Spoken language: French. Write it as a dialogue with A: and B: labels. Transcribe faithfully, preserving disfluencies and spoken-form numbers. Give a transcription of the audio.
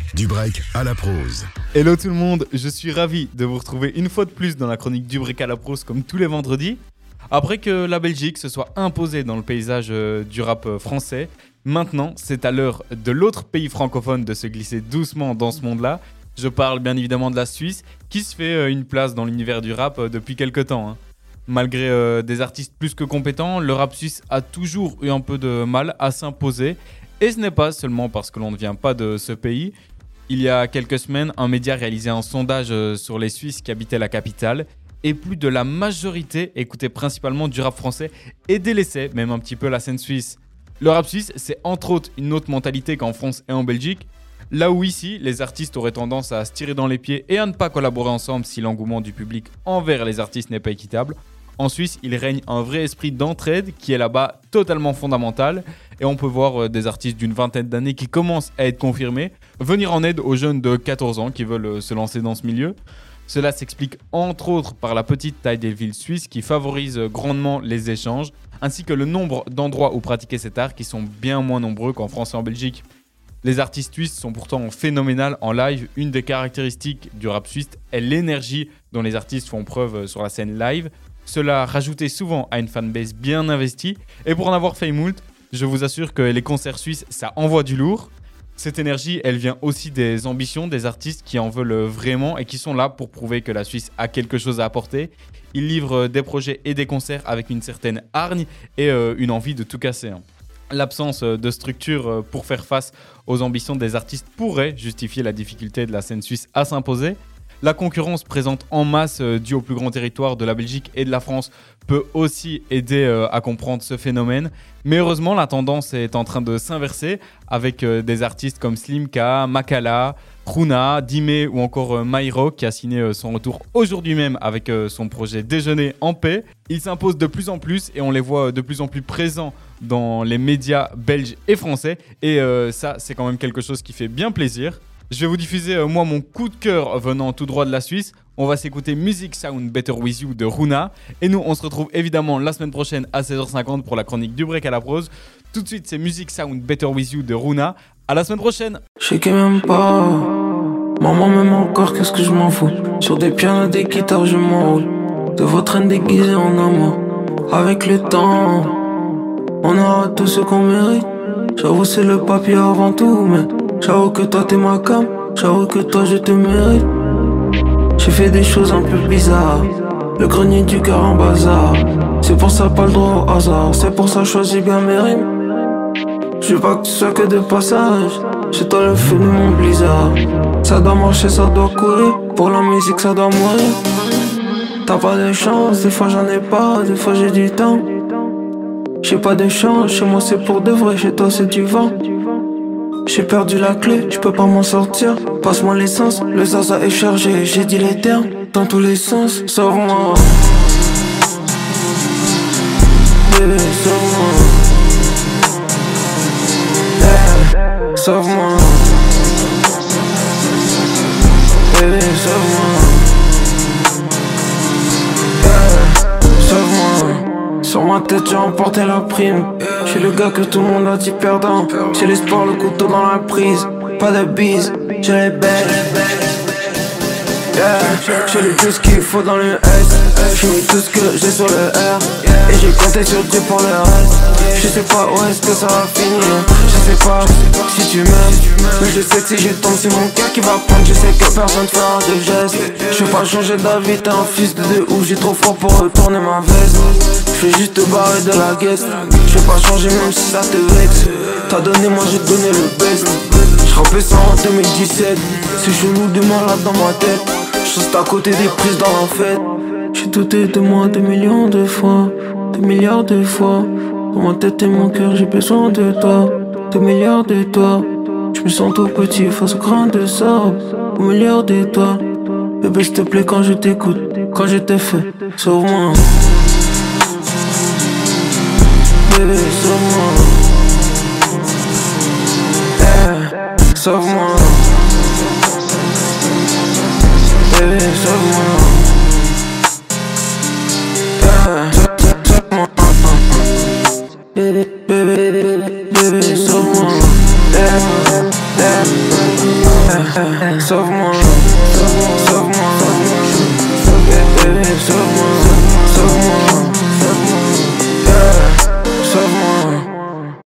A: Du break à la prose.
B: Hello tout le monde, je suis ravi de vous retrouver une fois de plus dans la chronique du break à la prose comme tous les vendredis. Après que la Belgique se soit imposée dans le paysage euh, du rap euh, français, maintenant c'est à l'heure de l'autre pays francophone de se glisser doucement dans ce monde-là. Je parle bien évidemment de la Suisse qui se fait euh, une place dans l'univers du rap euh, depuis quelques temps. Hein. Malgré euh, des artistes plus que compétents, le rap suisse a toujours eu un peu de mal à s'imposer. Et ce n'est pas seulement parce que l'on ne vient pas de ce pays. Il y a quelques semaines, un média réalisait un sondage sur les Suisses qui habitaient la capitale et plus de la majorité écoutait principalement du rap français et délaissait même un petit peu la scène suisse. Le rap suisse, c'est entre autres une autre mentalité qu'en France et en Belgique, là où ici, les artistes auraient tendance à se tirer dans les pieds et à ne pas collaborer ensemble si l'engouement du public envers les artistes n'est pas équitable. En Suisse, il règne un vrai esprit d'entraide qui est là-bas totalement fondamental. Et on peut voir des artistes d'une vingtaine d'années qui commencent à être confirmés venir en aide aux jeunes de quatorze ans qui veulent se lancer dans ce milieu. Cela s'explique entre autres par la petite taille des villes suisses qui favorisent grandement les échanges, ainsi que le nombre d'endroits où pratiquer cet art qui sont bien moins nombreux qu'en France et en Belgique. Les artistes suisses sont pourtant phénoménales en live. Une des caractéristiques du rap suisse est l'énergie dont les artistes font preuve sur la scène live. Cela rajouté souvent à une fanbase bien investie. Et pour en avoir fait moult, je vous assure que les concerts suisses, ça envoie du lourd. Cette énergie, elle vient aussi des ambitions des artistes qui en veulent vraiment et qui sont là pour prouver que la Suisse a quelque chose à apporter. Ils livrent des projets et des concerts avec une certaine hargne et euh, une envie de tout casser. L'absence de structure pour faire face aux ambitions des artistes pourrait justifier la difficulté de la scène suisse à s'imposer. La concurrence présente en masse euh, due au plus grand territoire de la Belgique et de la France peut aussi aider euh, à comprendre ce phénomène. Mais heureusement, la tendance est en train de s'inverser avec euh, des artistes comme Slimka, Makala, Runa, Dime ou encore euh, Maïro qui a signé euh, son retour aujourd'hui même avec euh, son projet Déjeuner en paix. Ils s'imposent de plus en plus et on les voit de plus en plus présents dans les médias belges et français. Et euh, ça, c'est quand même quelque chose qui fait bien plaisir. Je vais vous diffuser euh, moi mon coup de cœur venant tout droit de la Suisse. On va s'écouter Music Sound Better With You de Runa. Et nous on se retrouve évidemment la semaine prochaine à seize heures cinquante pour la chronique du break à la prose. Tout de suite c'est Music Sound Better With You de Runa. À la semaine prochaine.
C: Je sais qu'elle m'aime pas. Maman m'aime encore, qu'est-ce que je m'en fous. Sur des pianos, des guitares je m'enroule. De votre reine déguisée en amour. Avec le temps on aura tout ce qu'on mérite. J'avoue c'est le papier avant tout, mais j'avoue que toi t'es ma cam, j'avoue que toi je te mérite. J'ai fait des choses un peu bizarres, le grenier du cœur en bazar. C'est pour ça pas le droit au hasard, c'est pour ça choisis bien mes rimes. Je veux pas que tu sois que de passage, chez toi le feu de mon blizzard. Ça doit marcher, ça doit courir, pour la musique ça doit mourir. T'as pas de chance, des fois j'en ai pas, des fois j'ai du temps. J'ai pas de chance, chez moi c'est pour de vrai, chez toi c'est du vent. J'ai perdu la clé, je peux pas m'en sortir. Passe-moi l'essence, le zaza est chargé. J'ai dit les termes dans tous les sens. Sauve-moi, bébé, sauve-moi. Yeah. Sauve-moi, bébé, sauve-moi. Yeah. Sauve-moi. Sur ma tête j'ai remporté la prime. Je suis le gars que tout le monde a dit perdant. J'ai l'espoir, le couteau dans la prise. Pas de bise, je les baise. Yeah. J'ai lu tout ce qu'il faut dans le S. J'ai mis tout ce que j'ai sur le R. Et j'ai compté sur Dieu pour le reste. Je sais pas où est-ce que ça va finir. Je sais pas si tu m'aimes, mais je sais que si je tombe c'est mon cœur qui va prendre. Je sais que personne fera de gestes. Je vais pas changer d'avis, t'es un fils de deux ouf. J'ai trop froid pour retourner ma veste. Je vais juste te barrer de la guest. Je vais pas changer même si ça te vexe. T'as donné, moi j'ai donné le best. J'rappais ça en deux mille dix-sept. C'est chelou de malade dans ma tête. J'reste à côté des prises dans la fête. J'ai douté de moi des millions de fois, des milliards de fois. Dans ma tête et mon cœur j'ai besoin de toi, des milliards de toi. Je me sens tout petit face au grain de sable, au milliard de toi. Bébé s'il te plaît quand je t'écoute, quand je t'ai fait, sauve-moi. Bébé sauve-moi, yeah. Sauve-moi, bébé sauve-moi, yeah. Sauve-moi, bébé, bébé, bébé, bébé sauve-moi, yeah. Yeah. Sauve-moi,